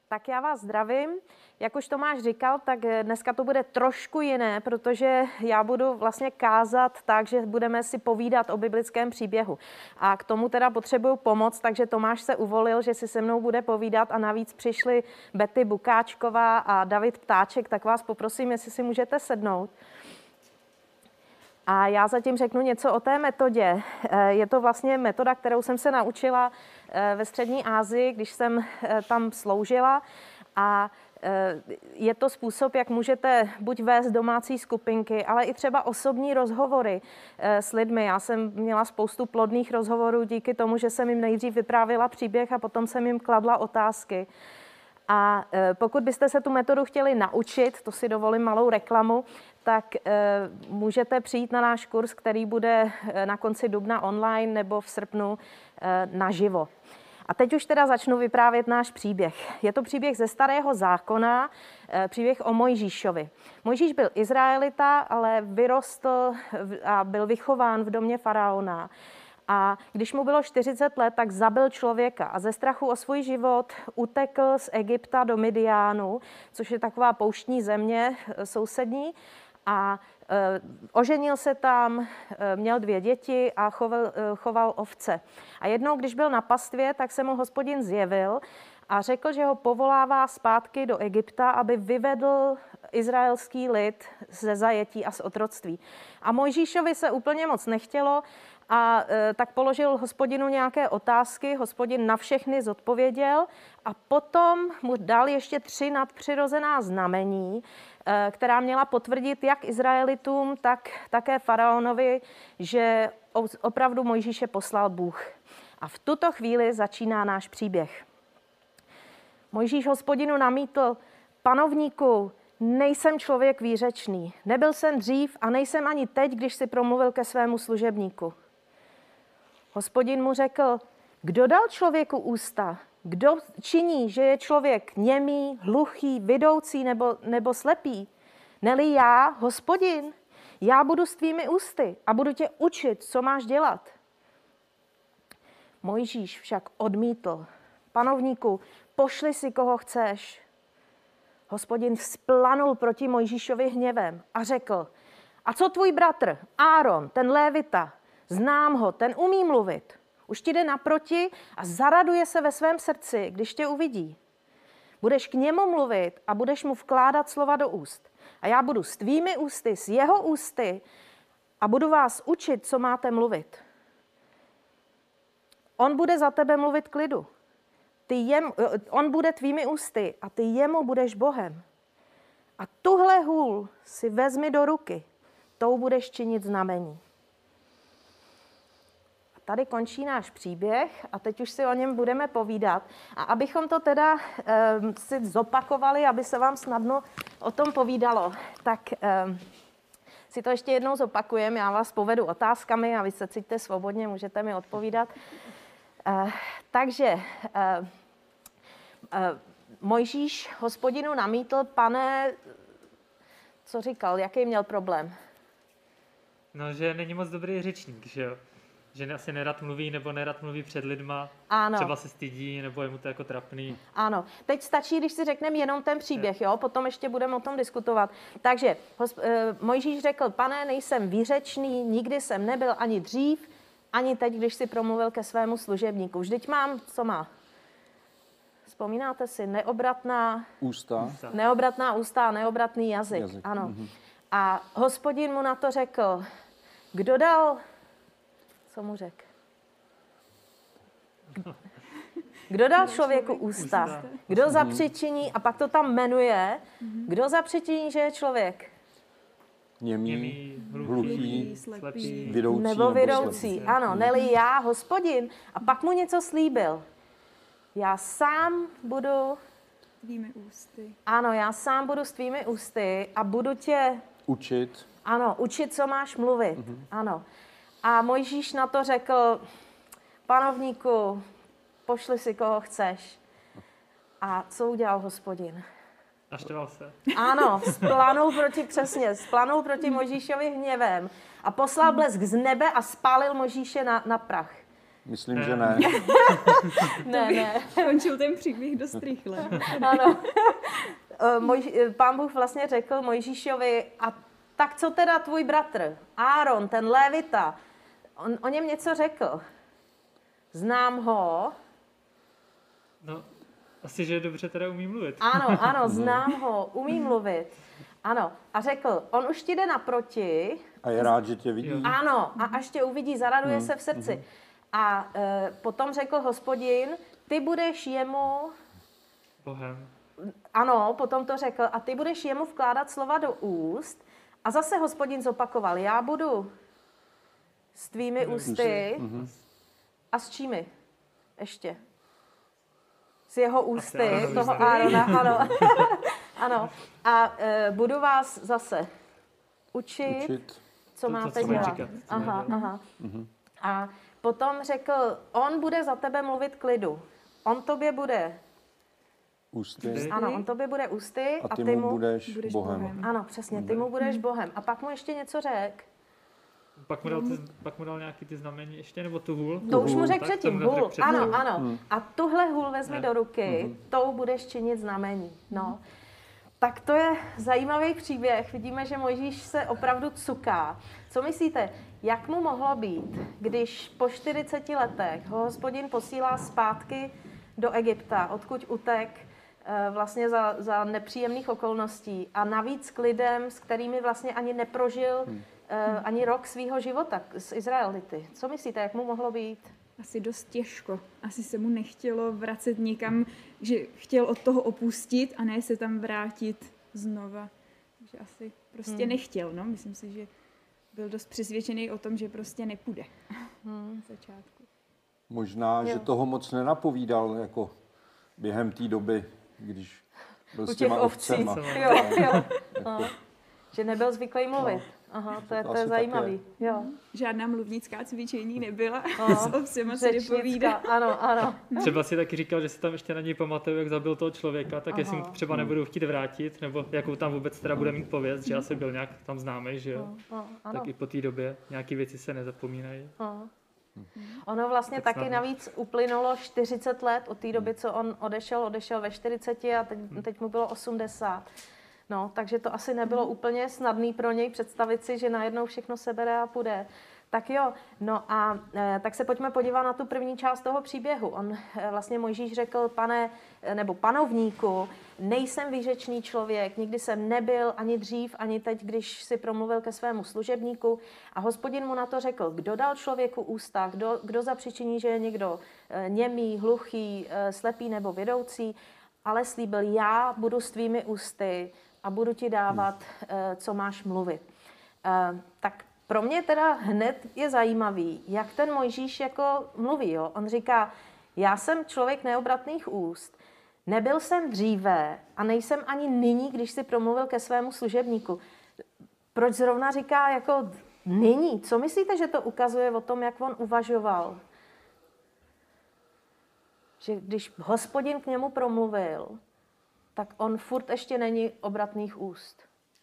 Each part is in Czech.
Tak já vás zdravím. Jak už Tomáš říkal, tak dneska to bude trošku jiné, protože já budu vlastně kázat tak, že budeme si povídat o biblickém příběhu. A k tomu teda potřebuju pomoc, takže Tomáš se uvolil, že si se mnou bude povídat a navíc přišli Betty Bukáčková a David Ptáček, tak vás poprosím, jestli si můžete sednout. A já zatím řeknu něco o té metodě. Je to vlastně metoda, kterou jsem se naučila ve Střední Asii, když jsem tam sloužila. A je to způsob, jak můžete buď vést domácí skupinky, ale i třeba osobní rozhovory s lidmi. Já jsem měla spoustu plodných rozhovorů díky tomu, že jsem jim nejdřív vyprávěla příběh a potom jsem jim kladla otázky. A pokud byste se tu metodu chtěli naučit, to si dovolím malou reklamu, tak můžete přijít na náš kurz, který bude na konci dubna online nebo v srpnu naživo. A teď už teda začnu vyprávět náš příběh. Je to příběh ze Starého zákona, příběh o Mojžíšovi. Mojžíš byl Izraelita, ale vyrostl a byl vychován v domě faraona. A když mu bylo 40 let, tak zabil člověka a ze strachu o svůj život utekl z Egypta do Midiánu, což je taková pouštní země sousední. A oženil se tam, měl 2 děti a choval ovce. A jednou, když byl na pastvě, tak se mu Hospodin zjevil a řekl, že ho povolává zpátky do Egypta, aby vyvedl izraelský lid ze zajetí a z otroctví. A Mojžíšovi se úplně moc nechtělo a tak položil Hospodinu nějaké otázky, Hospodin na všechny zodpověděl a potom mu dal ještě 3 nadpřirozená znamení, která měla potvrdit jak Izraelitům, tak také faraonovi, že opravdu Mojžíše poslal Bůh. A v tuto chvíli začíná náš příběh. Mojžíš Hospodinu namítl: Panovníku, nejsem člověk výřečný. Nebyl jsem dřív a nejsem ani teď, když si promluvil ke svému služebníku. Hospodin mu řekl: Kdo dal člověku ústa? Kdo činí, že je člověk němý, hluchý, vidoucí nebo slepý? Neli já, Hospodin? Já budu s tvými ústy a budu tě učit, co máš dělat. Mojžíš však odmítl: Panovníku, pošli si, koho chceš. Hospodin vzplanul proti Mojžíšovi hněvem a řekl: A co tvůj bratr, Áron, ten lévita? Znám ho, ten umí mluvit. Už ti jde naproti a zaraduje se ve svém srdci, když tě uvidí. Budeš k němu mluvit a budeš mu vkládat slova do úst. A já budu s tvými ústy, s jeho ústy a budu vás učit, co máte mluvit. On bude za tebe mluvit k lidu. On bude tvými ústy a ty jemu budeš Bohem. A tuhle hůl si vezmi do ruky, tou budeš činit znamení. A tady končí náš příběh a teď už si o něm budeme povídat. A abychom to teda si zopakovali, aby se vám snadno o tom povídalo, tak si to ještě jednou zopakujeme. Já vás povedu otázkami a vy se cítíte svobodně, můžete mi odpovídat. Takže Mojžíš Hospodinu namítl: Pane, co říkal, jaký měl problém? No, že není moc dobrý řečník, že jo? Že asi nerad mluví nebo nerad mluví před lidma. Ano. Třeba se stydí nebo je mu to jako trapný. Ano. Teď stačí, když si řekneme jenom ten příběh, jo? Potom ještě budeme o tom diskutovat. Takže Mojžíš řekl: Pane, nejsem výřečný, nikdy jsem nebyl ani dřív, ani teď, když si promluvil ke svému služebníku. Vždyť mám, co má? Vzpomínáte si? Neobratná ústa, neobratný jazyk. Ano. A Hospodin mu na to řekl: Kdo dal... Co mu řekl? Kdo dal člověku ústa? Kdo zapřičiní, a pak to tam jmenuje, kdo zapřičiní, že je člověk? Němý, hluchý, slepý, vidoucí nebo vidoucí. slepý. Ano, neli já, Hospodin. A pak mu něco slíbil. Já sám budu... Tvými ústy. Ano, já sám budu s tvými ústy a budu tě... Učit. Ano, učit, co máš mluvit. Ano. A Mojžíš na to řekl: Panovníku, pošli si, koho chceš. A co udělal Hospodin? Naštval se. Ano, splanul proti Mojžíšovi hněvem a poslal blesk z nebe a spálil Mojžíše na prach. Myslím, že ne. Ne. Končil ten příběh dost rychle. Ano. Pán Bůh vlastně řekl Mojžíšovi, a tak co teda tvůj bratr, Áron, ten Lévita, on o něm něco řekl. Znám ho. No, asi, že dobře teda umí mluvit. Ano, znám ho, umí mluvit. Ano, a řekl, on už ti jde naproti. A je rád, že tě vidí. Jo. Ano, a až tě uvidí, zaraduje se v srdci. A potom řekl Hospodin, ty budeš jemu... Bohem. Ano, potom to řekl, a ty budeš jemu vkládat slova do úst. A zase Hospodin zopakoval, já budu s tvými ústy. A s čími? Ještě. S jeho ústy, Áronovi toho ústy. Árona, ano. Ano. A budu vás zase učit, co To, máte co mají dělat. říkat. Aha. A potom řekl, on bude za tebe mluvit klidu. On tobě bude, Ústy. ano, on tobě bude ústy A ty mu budeš Bohem. Ano, přesně, ty mu budeš Bohem. A pak mu ještě něco řekl. Pak mu dal nějaký ty znamení ještě, nebo tu hůl? To už mu řekl Tak předtím, to mu hůl. řekl předtím. Ano. A tuhle hůl vezmi Ne. do ruky, tou budeš činit znamení. No. Tak to je zajímavý příběh. Vidíme, že Mojžíš se opravdu cuká. Co myslíte, jak mu mohlo být, když po 40 letech ho Hospodin posílá zpátky do Egypta, odkud utek vlastně za nepříjemných okolností a navíc k lidem, s kterými vlastně ani neprožil ani rok svýho života s Izraelity. Co myslíte, jak mu mohlo být? Asi dost těžko. Asi se mu nechtělo vracet někam, že chtěl od toho opustit a ne se tam vrátit znova. Takže asi prostě nechtěl, no. Myslím si, že byl dost přesvědčený o tom, že prostě nepůjde na začátku. Možná, že toho moc nenapovídal jako během té doby, když byl U s těch těma ovcí. ovcema. Jo. Aha. Že nebyl zvyklý mluvit. Aha, to je asi tak zajímavý. Jo. Žádná mluvnická cvičení nebyla. S ovcema se Řečnická, nepovídá. ano. Třeba si taky říkal, že si tam ještě na něj pamatuju, jak zabil toho člověka, tak jestli mu to třeba nebudou chtít vrátit, nebo jakou tam vůbec teda bude mít pověst, že asi byl nějak tam známý, že jo? Ano. Tak i po té době nějaké věci se nezapomínají. Ono vlastně Tak taky snadno. navíc uplynulo 40 let od té doby, co on odešel ve 40 a teď mu bylo 80. No, takže to asi nebylo úplně snadný pro něj představit si, že najednou všechno sebere a půjde. Tak jo, no a tak se pojďme podívat na tu první část toho příběhu. On vlastně Mojžíš řekl, panovníku, nejsem výřečný člověk, nikdy jsem nebyl ani dřív, ani teď, když si promluvil ke svému služebníku. A Hospodin mu na to řekl, kdo dal člověku ústa, kdo zapříčiní, že je někdo němý, hluchý, slepý nebo vědoucí, ale slíbil, já budu s tvými ústy a budu ti dávat, co máš mluvit. Tak pro mě teda hned je zajímavý, jak ten Mojžíš jako mluví. Jo? On říká, já jsem člověk neobratných úst, nebyl jsem dříve a nejsem ani nyní, když si promluvil ke svému služebníku. Proč zrovna říká jako nyní? Co myslíte, že to ukazuje o tom, jak on uvažoval? Že když Hospodin k němu promluvil, tak on furt ještě není obratných úst.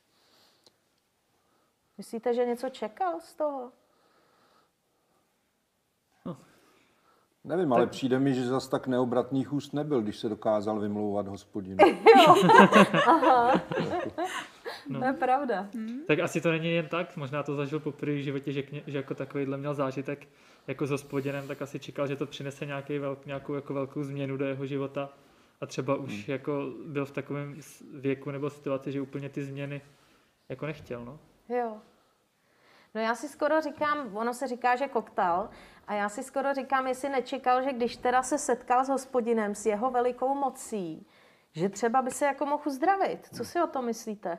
Myslíte, že něco čekal z toho? Nevím, ale přijde mi, že zas tak neobratných úst nebyl, když se dokázal vymlouvat Hospodinu. To je pravda. Tak asi to není jen tak, možná to zažil poprvé v životě, že jako takovýhle měl zážitek jako s Hospodinem, tak asi čekal, že to přinese nějakou jako velkou změnu do jeho života a třeba už jako byl v takovém věku nebo situaci, že úplně ty změny jako nechtěl, no. Jo. No já si skoro říkám, ono se říká, že koktal, a já si skoro říkám, jestli nečekal, že když teda se setkal s Hospodinem, s jeho velikou mocí, že třeba by se jako mohl uzdravit. Co si o tom myslíte?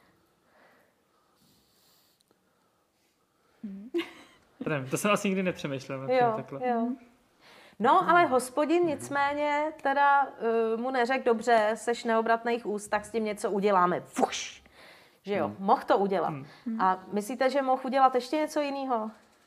Nevím, to jsem asi nikdy nepřemýšlel nad tím takhle. Jo. No, ale Hospodin nicméně teda mu neřekl, dobře, seš neobratných úst, tak s tím něco uděláme. Fuš! Že jo, mohl to udělat. A myslíte, že mohl udělat ještě něco jiného?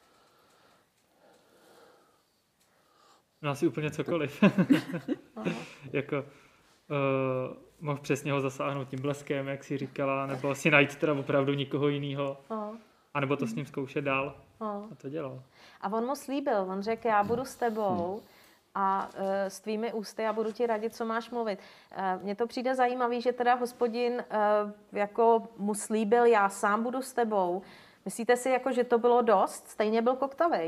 No asi úplně cokoliv. Jako mohl přesně ho zasáhnout tím bleskem, jak si říkala, nebo si najít teda opravdu nikoho jiného. anebo to s ním zkoušet dál. No. A to dělal. A on mu slíbil, on řekl, já budu s tebou a s tvými ústy já budu ti radit, co máš mluvit. Mně to přijde zajímavý, že teda Hospodin jako mu slíbil, já sám budu s tebou. Myslíte si, jako, že to bylo dost? Stejně byl koktavej.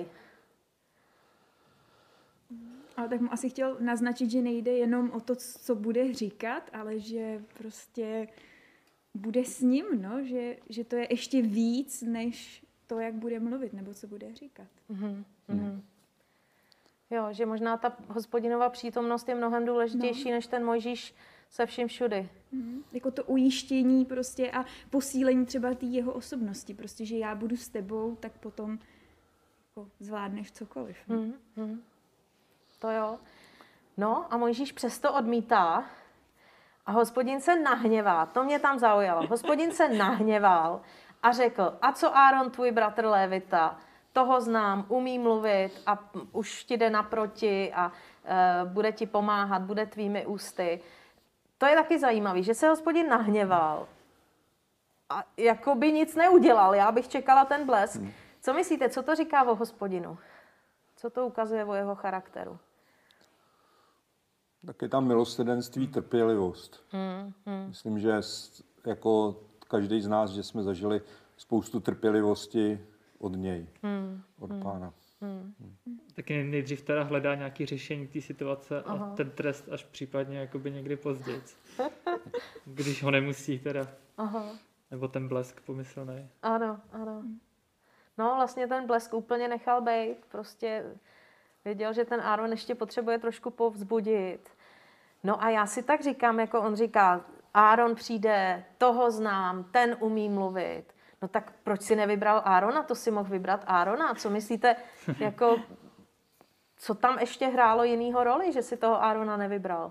Ale tak mu asi chtěl naznačit, že nejde jenom o to, co bude říkat, ale že prostě bude s ním, no? Že to je ještě víc, než to, jak bude mluvit, nebo co bude říkat. Jo, že možná ta Hospodinova přítomnost je mnohem důležitější, než ten Mojžíš se vším všudy. Jako to ujištění prostě a posílení třeba té jeho osobnosti. Prostě, že já budu s tebou, tak potom jako zvládneš cokoliv. No? To jo. No a Mojžíš přesto odmítá a Hospodin se nahněvá. To mě tam zaujalo. Hospodin se nahněval a řekl, a co Áron, tvůj bratr Lévita, toho znám, umí mluvit a už ti jde naproti a bude ti pomáhat, bude tvými ústy. To je taky zajímavé, že se Hospodin nahněval a jako by nic neudělal. Já bych čekala ten blesk. Co myslíte, co to říká o Hospodinu? Co to ukazuje o jeho charakteru? Tak je tam milosrdenství, trpělivost. Myslím, že jako každý z nás, že jsme zažili spoustu trpělivosti od něj, od Pána. Taky nejdřív teda hledá nějaké řešení té situace a ten trest až případně jakoby někdy později. Když ho nemusí teda. Nebo ten blesk pomyslnej. Ano. No vlastně ten blesk úplně nechal bejt. Prostě věděl, že ten Áron ještě potřebuje trošku povzbudit. No a já si tak říkám, jako on říká, Áron přijde, toho znám, ten umí mluvit. No tak proč si nevybral Árona? To si mohl vybrat Árona. Co myslíte, jako, co tam ještě hrálo jinýho roli, že si toho Árona nevybral?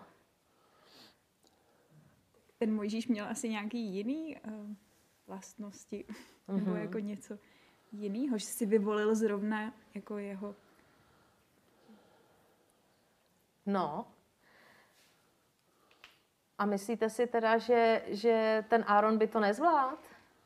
Ten Mojžíš měl asi nějaký jiný vlastnosti, nebo jako něco jiného, že si vyvolil zrovna jako jeho. No. A myslíte si teda, že ten Áron by to nezvládl?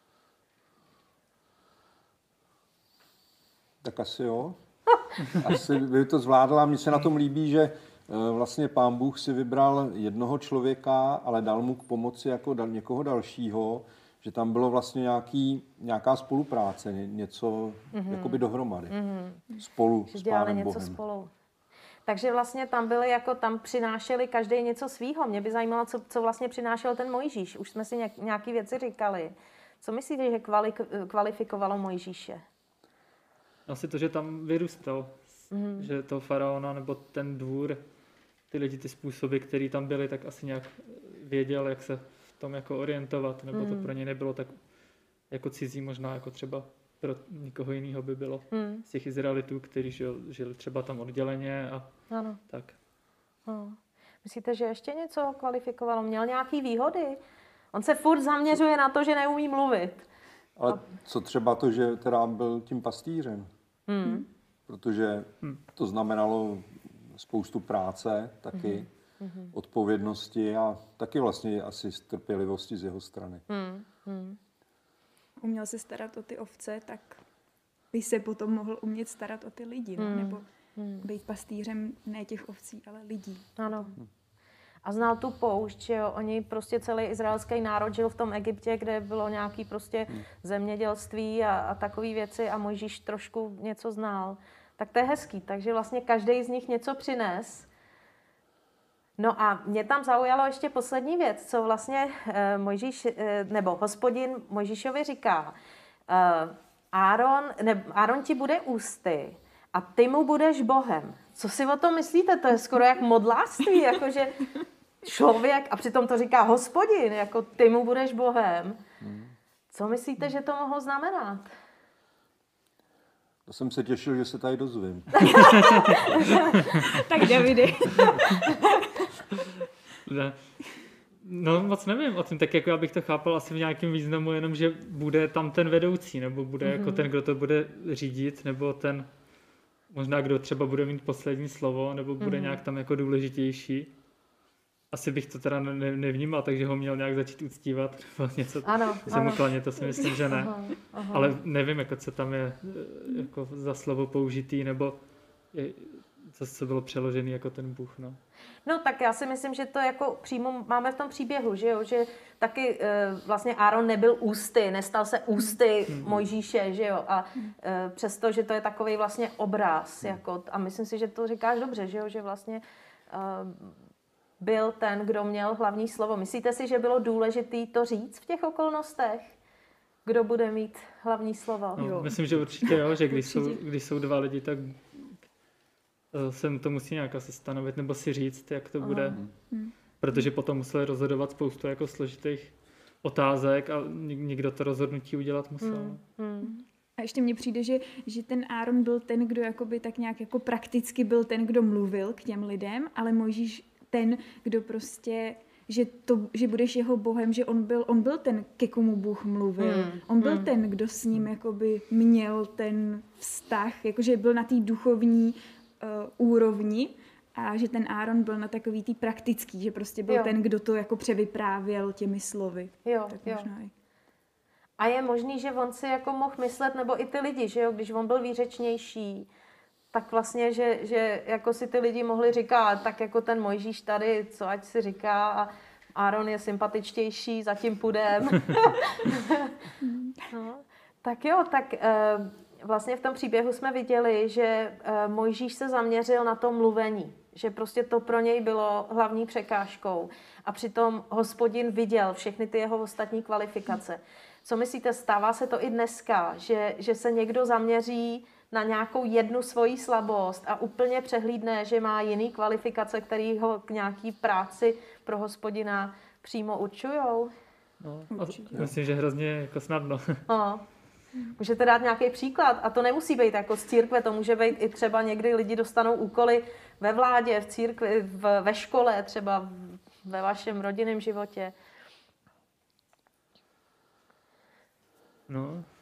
Tak asi jo. Asi by to zvládla. Mně se na tom líbí, že vlastně Pán Bůh si vybral jednoho člověka, ale dal mu k pomoci jako někoho dalšího, že tam bylo vlastně nějaká spolupráce, něco jakoby dohromady. Spolu Že s dělali Pánem něco Bohem. spolu. Takže vlastně tam byli, jako tam přinášeli každý něco svýho. Mě by zajímalo, co vlastně přinášel ten Mojžíš. Už jsme si nějaké věci říkali. Co myslíte, že kvalifikovalo Mojžíše? Asi to, že tam vyrůstal. Že toho faraona nebo ten dvůr, ty lidi, ty způsoby, které tam byly, tak asi nějak věděl, jak se v tom jako orientovat. Nebo to pro ně nebylo tak jako cizí, možná jako třeba pro nikoho jiného by bylo. Z těch Izraelitů, kteří žili třeba tam odděleně a Ano. tak. No. Myslíte, že ještě něco kvalifikovalo? Měl nějaký výhody? On se furt zaměřuje na to, že neumí mluvit. Ale co třeba to, že teda byl tím pastýřem? Protože to znamenalo spoustu práce taky, odpovědnosti a taky vlastně asi trpělivosti z jeho strany. Uměl se starat o ty ovce, tak by se potom mohl umět starat o ty lidi, no? Nebo být pastýřem ne těch ovcí, ale lidí. Ano. A znal tu poušť, že jo? Oni prostě celý izraelský národ žil v tom Egyptě, kde bylo nějaký prostě zemědělství a takové věci a Mojžíš trošku něco znal. Tak to je hezký. Takže vlastně každý z nich něco přines. No a mě tam zaujalo ještě poslední věc, co vlastně nebo Hospodin Mojžíšovi říká. Áron ti bude ústy a ty mu budeš Bohem. Co si o tom myslíte? To je skoro jak modlářství, jakože člověk, a přitom to říká Hospodin, jako ty mu budeš Bohem. Co myslíte, že to mohlo znamenat? To jsem se těšil, že se tady dozvím. Tak Davide. No moc nevím o tom, tak jako já bych to chápal asi v nějakém významu, jenom že bude tam ten vedoucí, nebo bude jako ten, kdo to bude řídit, nebo ten možná kdo třeba bude mít poslední slovo, nebo bude nějak tam jako důležitější. asi bych to teda nevnímal, takže ho měl nějak začít uctívat nebo něco, Ano, se mu ano. klanět, to si myslím, že ne. Aha. Ale nevím, jako, co tam je jako za slovo použitý, nebo co bylo přeložený jako ten Bůh. No. No tak já si myslím, že to jako přímo máme v tom příběhu, že jo, že taky vlastně Áron nebyl ústy, nestal se ústy Mojžíše, že jo, a přesto, že to je takový vlastně obraz, jako, a myslím si, že to říkáš dobře, že jo, že vlastně byl ten, kdo měl hlavní slovo. Myslíte si, že bylo důležité to říct v těch okolnostech? Kdo bude mít hlavní slovo? No, myslím, že určitě jo, že když jsou dva lidi, tak se to musí nějak asi stanovit nebo si říct, jak to bude. Protože potom museli rozhodovat spoustu jako složitých otázek a někdo to rozhodnutí udělat musel. A ještě mně přijde, že ten Áron byl ten, kdo jakoby tak nějak jako prakticky byl ten, kdo mluvil k těm lidem, ale Mojžíš ten, kdo prostě, že budeš jeho Bohem, že on byl ten, ke komu Bůh mluvil. On byl ten, kdo s ním jakoby měl ten vztah, jakože byl na té duchovní úrovni a že ten Áron byl na takový tý praktický, že prostě byl ten, kdo to jako převyprávěl těmi slovy. Jo, tak jo. možná i. A je možný, že on si jako mohl myslet, nebo i ty lidi, že jo, když on byl výřečnější, tak vlastně, že jako si ty lidi mohli říkat, tak jako ten Mojžíš tady, co ať si říká, a Áron je sympatičtější, zatím půjdem. No, tak jo, tak vlastně v tom příběhu jsme viděli, že Mojžíš se zaměřil na to mluvení, že prostě to pro něj bylo hlavní překážkou. A přitom Hospodin viděl všechny ty jeho ostatní kvalifikace. Co myslíte, stává se to i dneska, že se někdo zaměří na nějakou jednu svoji slabost a úplně přehlídne, že má jiný kvalifikace, který ho k nějaký práci pro Hospodina přímo určujou? No, myslím, že hrozně jako snadno. No. Můžete dát nějaký příklad? A to nemusí být jako z církve, to může být i třeba někdy lidi dostanou úkoly ve vládě, v církvi, ve škole, třeba ve vašem rodinném životě. No.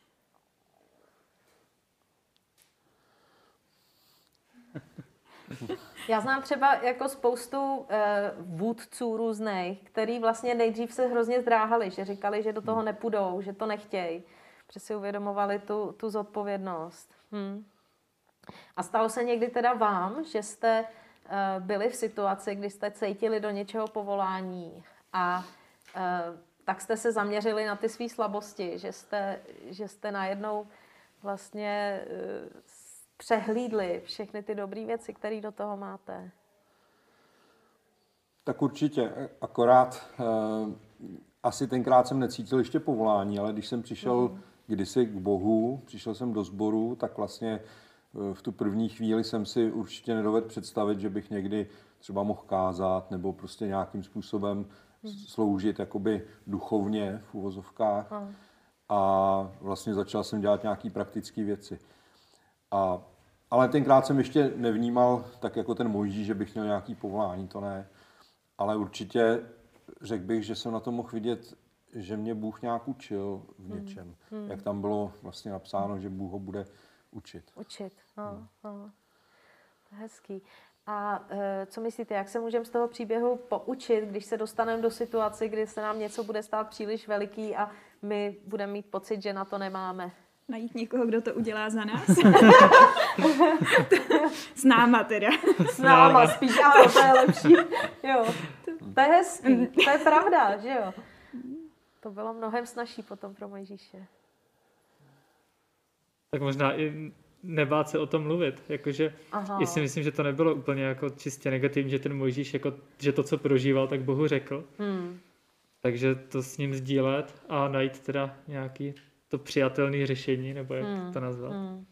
Já znám třeba jako spoustu vůdců různých, který vlastně nejdřív se hrozně zdráhali, že říkali, že do toho nepůjdou, že to nechtějí, protože si uvědomovali tu zodpovědnost. A stalo se někdy teda vám, že jste byli v situaci, kdy jste cítili do něčeho povolání a tak jste se zaměřili na ty své slabosti, že jste najednou vlastně přehlídli všechny ty dobré věci, které do toho máte? Tak určitě, akorát asi tenkrát jsem necítil ještě povolání, ale když jsem přišel kdysi k Bohu, přišel jsem do sboru, tak vlastně v tu první chvíli jsem si určitě nedovedl představit, že bych někdy třeba mohl kázat nebo prostě nějakým způsobem sloužit jakoby duchovně v uvozovkách. A vlastně začal jsem dělat nějaké praktické věci. Ale tenkrát jsem ještě nevnímal tak jako ten Mojžíš, že bych měl nějaké povolání, to ne. Ale určitě řekl bych, že jsem na to mohl vidět, že mě Bůh nějak učil v něčem. Jak tam bylo vlastně napsáno, že Bůh ho bude učit. Učit, To je hezký. A co myslíte, jak se můžeme z toho příběhu poučit, když se dostaneme do situace, kdy se nám něco bude stát příliš veliký a my budeme mít pocit, že na to nemáme? Najít někoho, kdo to udělá za nás. S náma teda. S náma spíš, ano, to je lepší. Jo, to je hezký, to je pravda, že jo. To bylo mnohem snazší potom pro Mojžíše. Tak možná i nebát se o tom mluvit, jakože si myslím, že to nebylo úplně jako čistě negativní, že ten Mojžíš, jako, že to, co prožíval, tak Bohu řekl. Takže to s ním sdílet a najít teda nějaký to přijatelné řešení, nebo jak to nazvat.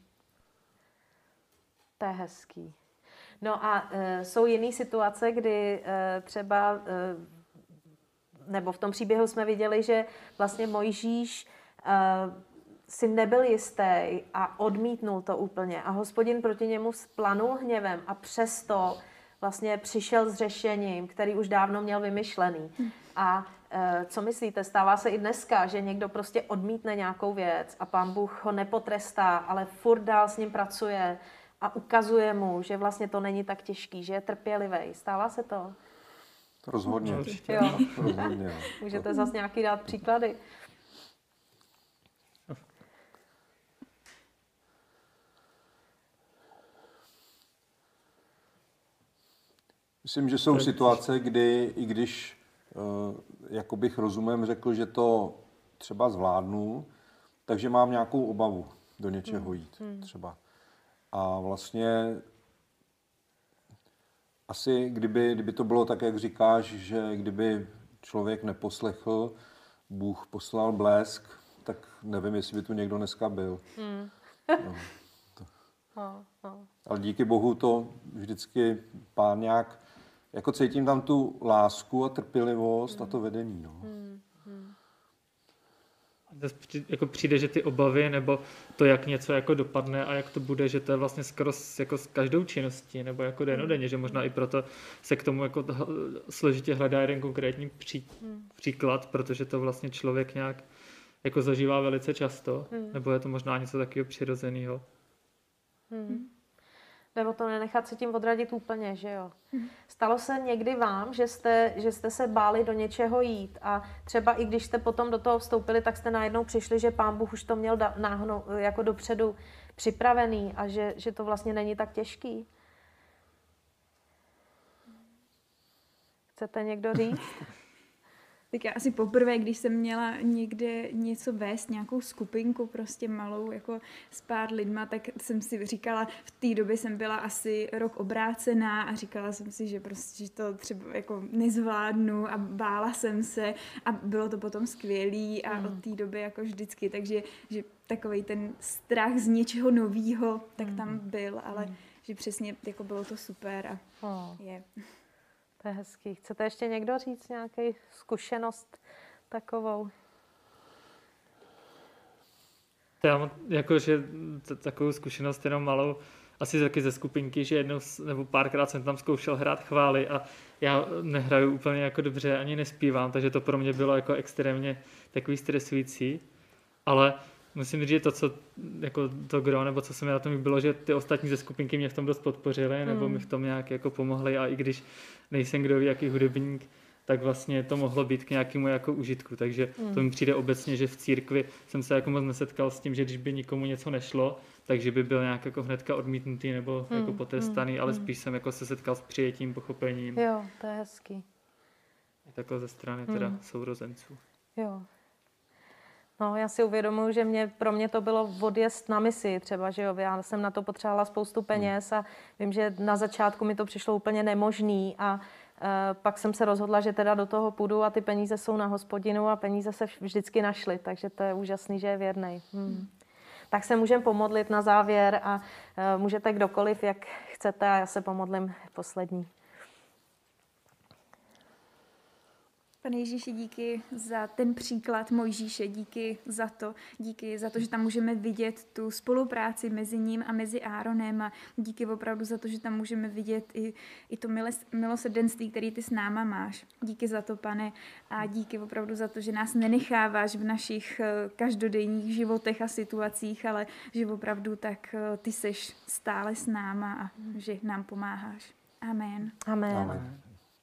To je hezký. No a jsou jiné situace, kdy třeba, nebo v tom příběhu jsme viděli, že vlastně Mojžíš si nebyl jistý a odmítnul to úplně. A Hospodin proti němu splanul hněvem a přesto vlastně přišel s řešením, který už dávno měl vymyšlený. A co myslíte, stává se i dneska, že někdo prostě odmítne nějakou věc a Pán Bůh ho nepotrestá, ale furt dál s ním pracuje a ukazuje mu, že vlastně to není tak těžký, že je trpělivý. Stává se to? To rozhodně. Určitě. Jo. To rozhodně, jo. Můžete zase nějaký dát příklady. Myslím, že jsou situace, kdy, i když jako bych rozumem řekl, že to třeba zvládnu, takže mám nějakou obavu do něčeho jít třeba. A vlastně asi, kdyby to bylo tak, jak říkáš, že kdyby člověk neposlechl, Bůh poslal blesk, tak nevím, jestli by tu někdo dneska byl. Ale díky Bohu to vždycky Pán nějak, jako cítím tam tu lásku a trpělivost a to vedení. No. Jako přijde, že ty obavy nebo to, jak něco jako dopadne a jak to bude, že to je vlastně skoro jako s každou činností nebo jako dennodenně, že možná i proto se k tomu jako složitě hledá jeden konkrétní příklad, protože to vlastně člověk nějak jako zažívá velice často, nebo je to možná něco takového přirozeného. Jde o to nenechat se tím odradit úplně, že jo. Stalo se někdy vám, že jste se báli do něčeho jít a třeba i když jste potom do toho vstoupili, tak jste najednou přišli, že Pán Bůh už to měl jako dopředu připravený a že to vlastně není tak těžký? Chcete někdo říct? Tak já asi poprvé, když jsem měla někde něco vést, nějakou skupinku prostě malou, jako s pár lidma, tak jsem si říkala, v té době jsem byla asi rok obrácená a říkala jsem si, že prostě že to třeba jako nezvládnu a bála jsem se a bylo to potom skvělý a od té doby jako vždycky, takže že takovej ten strach z něčeho novýho, tak tam byl, ale že přesně jako bylo to super a je. To je hezký. Chcete ještě někdo říct nějaký zkušenost takovou? Já mám jakože takovou zkušenost jenom malou, asi taky ze skupinky, že jednou nebo párkrát jsem tam zkoušel hrát chvály a já nehraju úplně jako dobře, ani nespívám, takže to pro mě bylo jako extrémně takový stresující, ale musím říct, že to, co jako to gro, nebo co se mi na tom líbilo, že ty ostatní ze skupinky mě v tom dost podpořili, nebo mi v tom nějak jako pomohli a i když nejsem kdo ví, jaký hudebník, tak vlastně to mohlo být k nějakému jako užitku, takže to mi přijde obecně, že v církvi jsem se jako moc nesetkal s tím, že když by nikomu něco nešlo, takže by byl nějak jako hnedka odmítnutý nebo jako potrestaný, ale spíš jsem jako se setkal s přijetím, pochopením. Jo, to je hezký. Takhle ze strany teda sourozenců. Jo. No, já si uvědomuji, že pro mě to bylo odjezd na misi třeba, že jo, já jsem na to potřebovala spoustu peněz a vím, že na začátku mi to přišlo úplně nemožný a pak jsem se rozhodla, že teda do toho půjdu a ty peníze jsou na Hospodinu a peníze se vždycky našly, takže to je úžasný, že je věrnej. Tak se můžeme pomodlit na závěr a můžete kdokoliv, jak chcete a já se pomodlím poslední. Pane Ježíši, díky za ten příklad Mojžíše, díky za to, že tam můžeme vidět tu spolupráci mezi ním a mezi Áronem a díky opravdu za to, že tam můžeme vidět i to milosrdenství, který ty s náma máš. Díky za to, Pane, a díky opravdu za to, že nás nenecháváš v našich každodenních životech a situacích, ale že opravdu tak ty seš stále s náma a že nám pomáháš. Amen. Amen. Amen.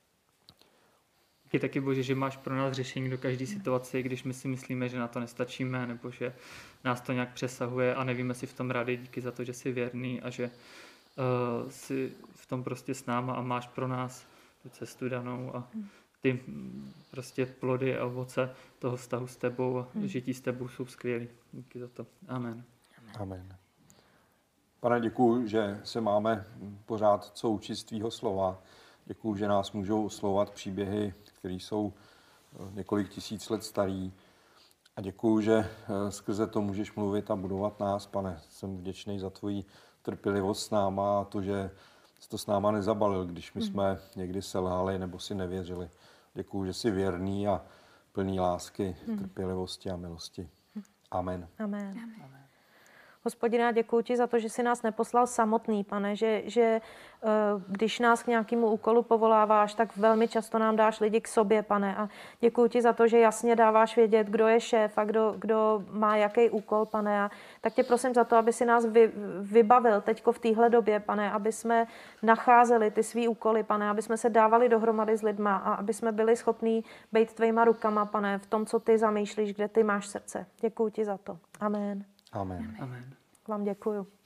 Je taky Bože, že máš pro nás řešení do každé situace, když my si myslíme, že na to nestačíme, nebo že nás to nějak přesahuje a nevíme si v tom rady. Díky za to, že jsi věrný a že jsi v tom prostě s náma a máš pro nás tu cestu danou a ty prostě plody a ovoce toho vztahu s tebou a žití s tebou jsou skvělý. Díky za to. Amen. Amen. Pane, děkuju, že se máme pořád co učit z tvýho slova. Děkuju, že nás můžou oslovovat příběhy, které jsou několik tisíc let starý. A děkuju, že skrze to můžeš mluvit a budovat nás, Pane. Jsem vděčný za tvoji trpělivost s náma a to, že jsi to s náma nezabalil, když my jsme někdy selhali nebo si nevěřili. Děkuju, že jsi věrný a plný lásky, trpělivosti a milosti. Amen. Amen. Hospodine, já děkuji ti za to, že jsi nás neposlal samotný, pane, že když nás k nějakému úkolu povoláváš, tak velmi často nám dáš lidi k sobě, pane. A děkuji ti za to, že jasně dáváš vědět, kdo je šéf a kdo má jaký úkol, pane. A tak tě prosím za to, aby si nás vybavil teďko v téhle době, pane, aby jsme nacházeli ty svý úkoly, pane, aby jsme se dávali dohromady s lidma a aby jsme byli schopní být tvýma rukama, pane, v tom, co ty zamýšlíš, kde ty máš srdce. Děkuji ti za to. Amen. Amen. Amen. Vám děkuju.